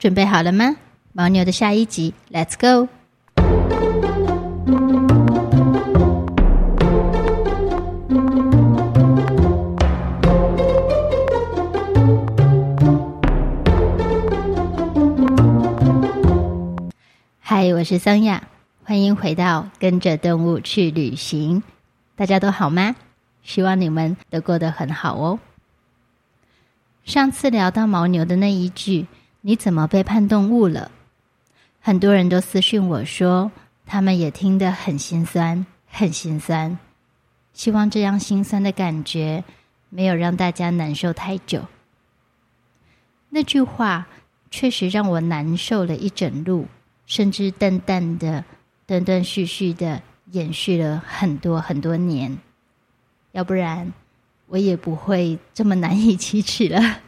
准备好了吗？牦牛的下一集 Let's go。 嗨，我是桑雅，欢迎回到跟着动物去旅行。大家都好吗？希望你们都过得很好哦。上次聊到牦牛的那一句你怎么背叛动物了，很多人都私讯我说他们也听得很心酸很心酸，希望这样心酸的感觉没有让大家难受太久。那句话确实让我难受了一整路，甚至淡淡的断断续续的延续了很多很多年，要不然我也不会这么难以启齿了。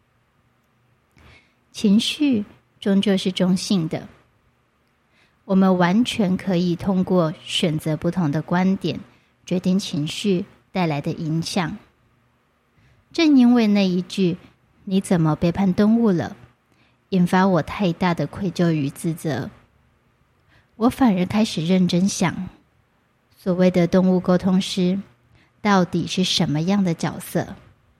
情绪终究是中性的，我们完全可以通过选择不同的观点决定情绪带来的影响。正因为那一句你怎么背叛动物了，引发我太大的愧疚与自责，我反而开始认真想，所谓的动物沟通师到底是什么样的角色？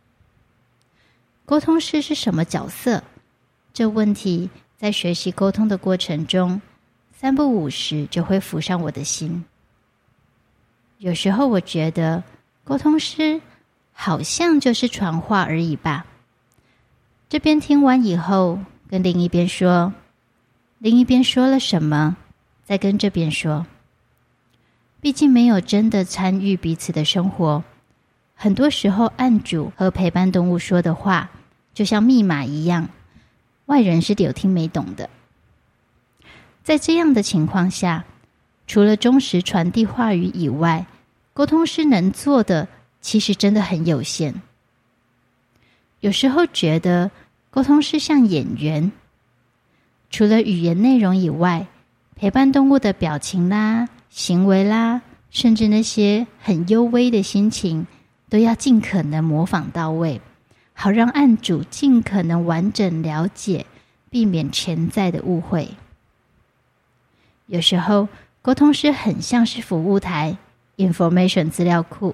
沟通师是什么角色？这问题在学习沟通的过程中，三不五时就会浮上我的心。有时候我觉得沟通师好像就是传话而已吧。这边听完以后，跟另一边说，另一边说了什么，再跟这边说。毕竟没有真的参与彼此的生活，很多时候案主和陪伴动物说的话就像密码一样，外人是有听没懂的。在这样的情况下，除了忠实传递话语以外，沟通师能做的其实真的很有限。有时候觉得沟通师像演员，除了语言内容以外，陪伴动物的表情啦、行为啦，甚至那些很幽微的心情，都要尽可能模仿到位，好让案主尽可能完整了解，避免潜在的误会。有时候沟通师很像是服务台 information 资料库，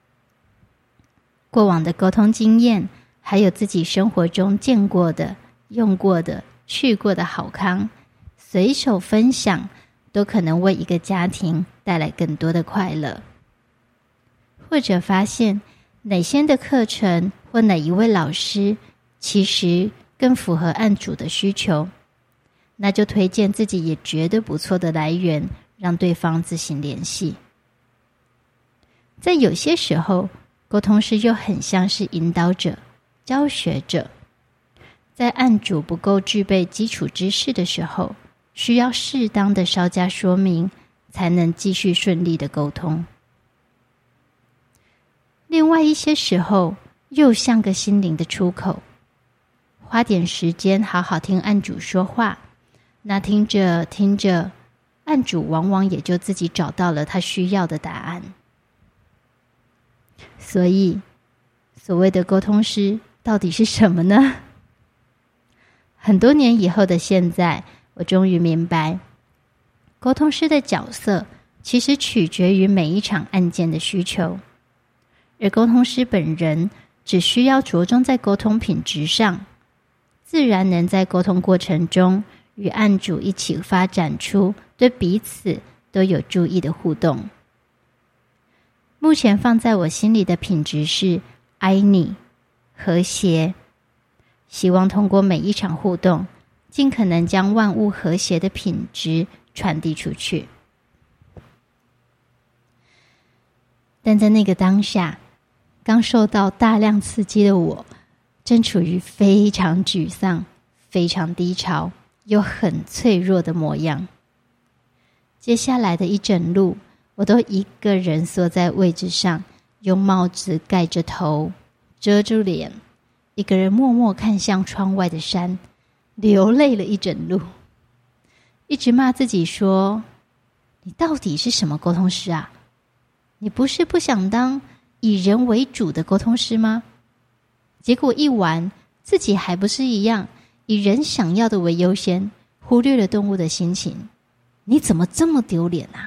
过往的沟通经验，还有自己生活中见过的、用过的、去过的好康，随手分享，都可能为一个家庭带来更多的快乐。或者发现哪些的课程或哪一位老师其实更符合案主的需求，那就推荐自己也觉得不错的来源，让对方自行联系。在有些时候，沟通师又很像是引导者、教学者，在案主不够具备基础知识的时候，需要适当的稍加说明，才能继续顺利的沟通。另外一些时候，又像个心灵的出口，花点时间好好听案主说话，那听着听着，案主往往也就自己找到了他需要的答案。所以，所谓的沟通师到底是什么呢？很多年以后的现在，我终于明白，沟通师的角色其实取决于每一场案件的需求，而沟通师本人只需要着重在沟通品质上，自然能在沟通过程中与案主一起发展出对彼此都有注意的互动。目前放在我心里的品质是爱你、和谐，希望通过每一场互动，尽可能将万物和谐的品质传递出去。但在那个当下，刚受到大量刺激的我，正处于非常沮丧、非常低潮又很脆弱的模样。接下来的一整路，我都一个人缩在位置上，用帽子盖着头，遮住脸，一个人默默看向窗外的山，流泪了一整路，一直骂自己说，你到底是什么沟通师啊？你不是不想当以人为主的沟通师吗？结果一玩，自己还不是一样， 以人想要的为优先，忽略了动物的心情，你怎么这么丢脸啊？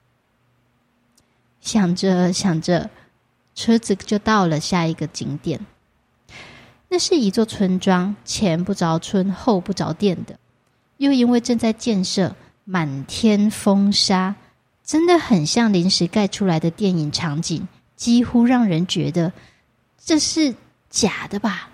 想着想着，车子就到了下一个景点。那是一座村庄，前不着村后不着店的，又因为正在建设，满天风沙，真的很像临时盖出来的电影场景，几乎让人觉得这是假的吧。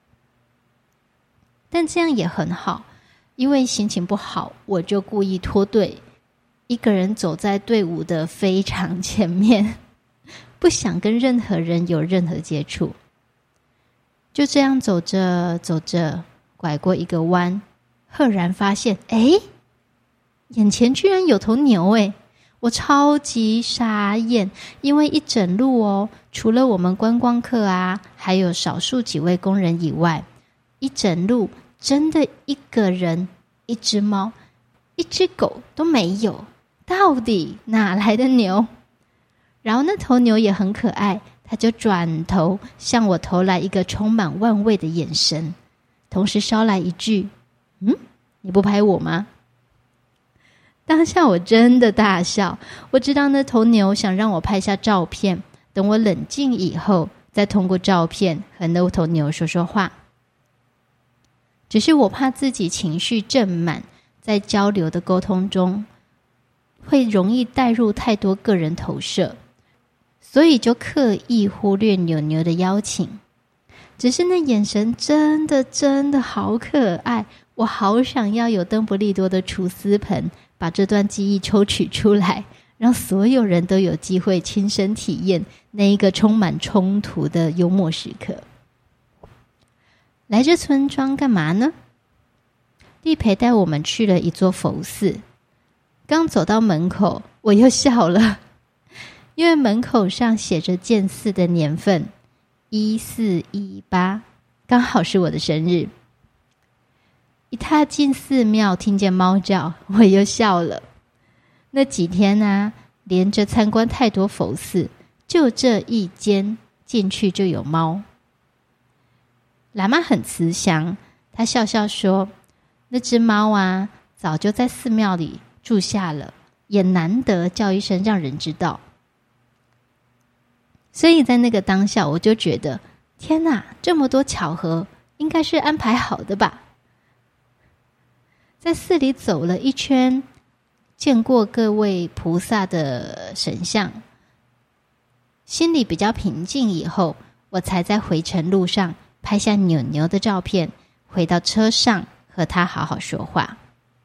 但这样也很好，因为心情不好，我就故意脱队，一个人走在队伍的非常前面，不想跟任何人有任何接触。就这样走着走着，拐过一个弯，赫然发现，眼前居然有头牛我超级傻眼，因为一整路除了我们观光客啊，还有少数几位工人以外，一整路真的一个人、一只猫、一只狗都没有，到底哪来的牛？然后那头牛也很可爱，它就转头向我投来一个充满玩味的眼神，同时捎来一句：你不拍我吗？当下我真的大笑，我知道那头牛想让我拍下照片，等我冷静以后，再通过照片和那头牛说说话。只是我怕自己情绪正满，在交流的沟通中，会容易带入太多个人投射，所以就刻意忽略牛牛的邀请。只是那眼神真的好可爱，我好想要有邓布利多的储思盆，把这段记忆抽取出来，让所有人都有机会亲身体验那一个充满冲突的幽默时刻。来这村庄干嘛呢？地陪带我们去了一座佛寺，刚走到门口，我又笑了，因为门口上写着建寺的年份1418，刚好是我的生日。一踏进寺庙，听见猫叫，我又笑了。那几天啊，连着参观太多佛寺，就这一间进去就有猫。喇嘛很慈祥，他笑笑说，那只猫啊，早就在寺庙里住下了，也难得叫一声让人知道。所以在那个当下，我就觉得，天哪，这么多巧合，应该是安排好的吧。在寺里走了一圈，见过各位菩萨的神像，心里比较平静以后，我才在回程路上拍下牛牛的照片，回到车上和他好好说话。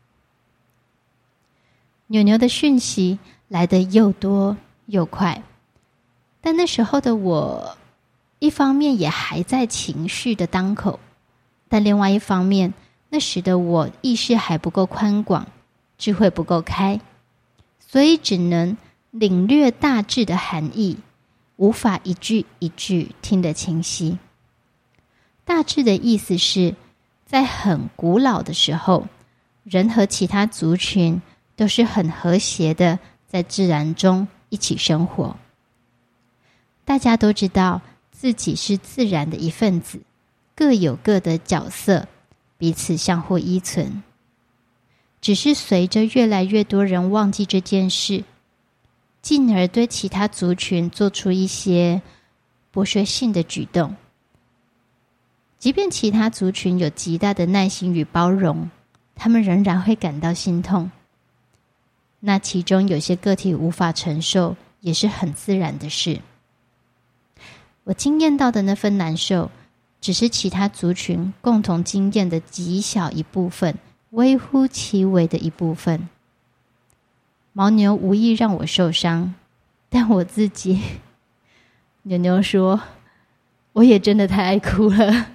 牛牛的讯息来得又多又快，但那时候的我，一方面也还在情绪的当口，但另外一方面，那时的我意识还不够宽广，智慧不够开，所以只能领略大致的含义，无法一句一句听得清晰。大致的意思是，在很古老的时候，人和其他族群都是很和谐的，在自然中一起生活。大家都知道自己是自然的一份子，各有各的角色，彼此相互依存。只是随着越来越多人忘记这件事，进而对其他族群做出一些剥削性的举动，即便其他族群有极大的耐心与包容，他们仍然会感到心痛。那其中有些个体无法承受，也是很自然的事。我经验到的那份难受，只是其他族群共同经验的极小一部分，微乎其微的一部分。牦牛无意让我受伤，但我自己，牛牛说，我也真的太爱哭了。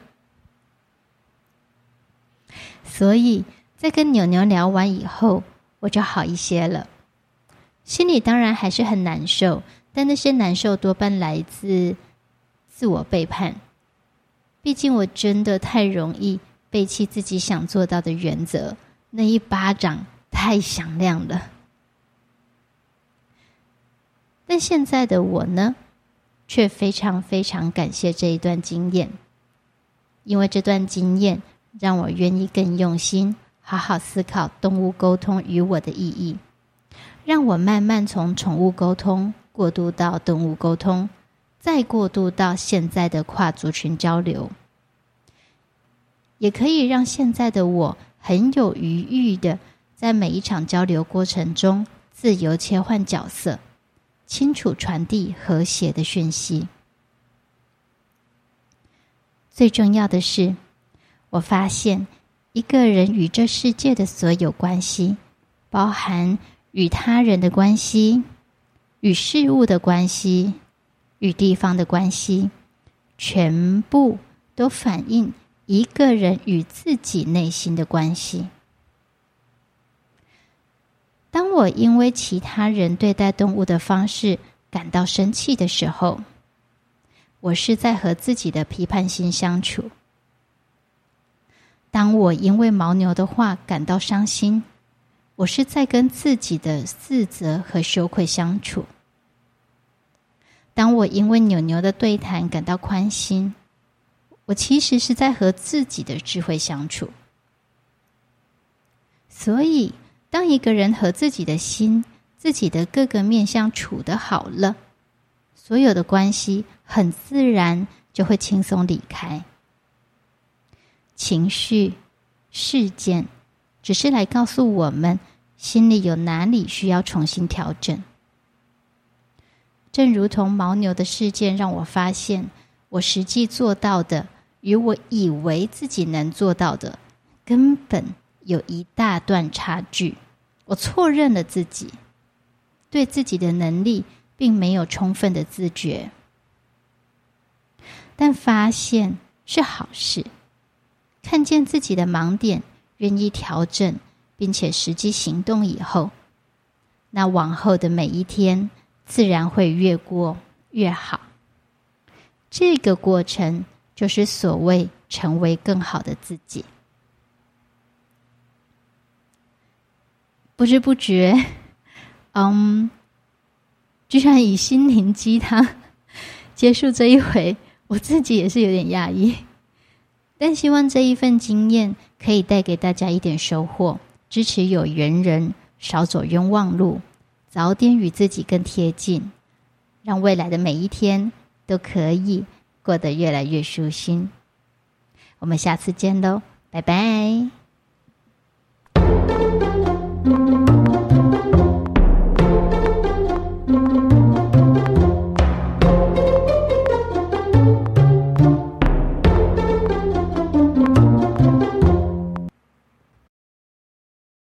所以在跟牛牛聊完以后，我就好一些了。心里当然还是很难受，但那些难受多半来自自我背叛。毕竟我真的太容易背弃自己想做到的原则，那一巴掌太响亮了。但现在的我呢，却非常非常感谢这一段经验，因为这段经验让我愿意更用心好好思考动物沟通与我的意义，让我慢慢从宠物沟通过渡到动物沟通，再过渡到现在的跨族群交流，也可以让现在的我很有余裕的在每一场交流过程中自由切换角色，清楚传递和谐的讯息。最重要的是，我发现一个人与这世界的所有关系，包含与他人的关系、与事物的关系、与地方的关系，全部都反映一个人与自己内心的关系。当我因为其他人对待动物的方式感到生气的时候，我是在和自己的批判心相处。当我因为牦牛的话感到伤心，我是在跟自己的自责和羞愧相处。当我因为牛牛的对谈感到宽心，我其实是在和自己的智慧相处。所以，当一个人和自己的心、自己的各个面向处得好了，所有的关系很自然就会轻松离开。情绪、事件只是来告诉我们心里有哪里需要重新调整。正如同牦牛的事件让我发现，我实际做到的与我以为自己能做到的根本有一大段差距。我错认了自己，对自己的能力并没有充分的自觉。但发现是好事，看见自己的盲点，愿意调整，并且实际行动以后，那往后的每一天自然会越过越好。这个过程就是所谓成为更好的自己。不知不觉，居然以心灵鸡汤结束这一回，我自己也是有点讶异。但希望这一份经验可以带给大家一点收获，支持有缘人少走冤枉路，早点与自己更贴近，让未来的每一天都可以过得越来越舒心。我们下次见喽，拜拜。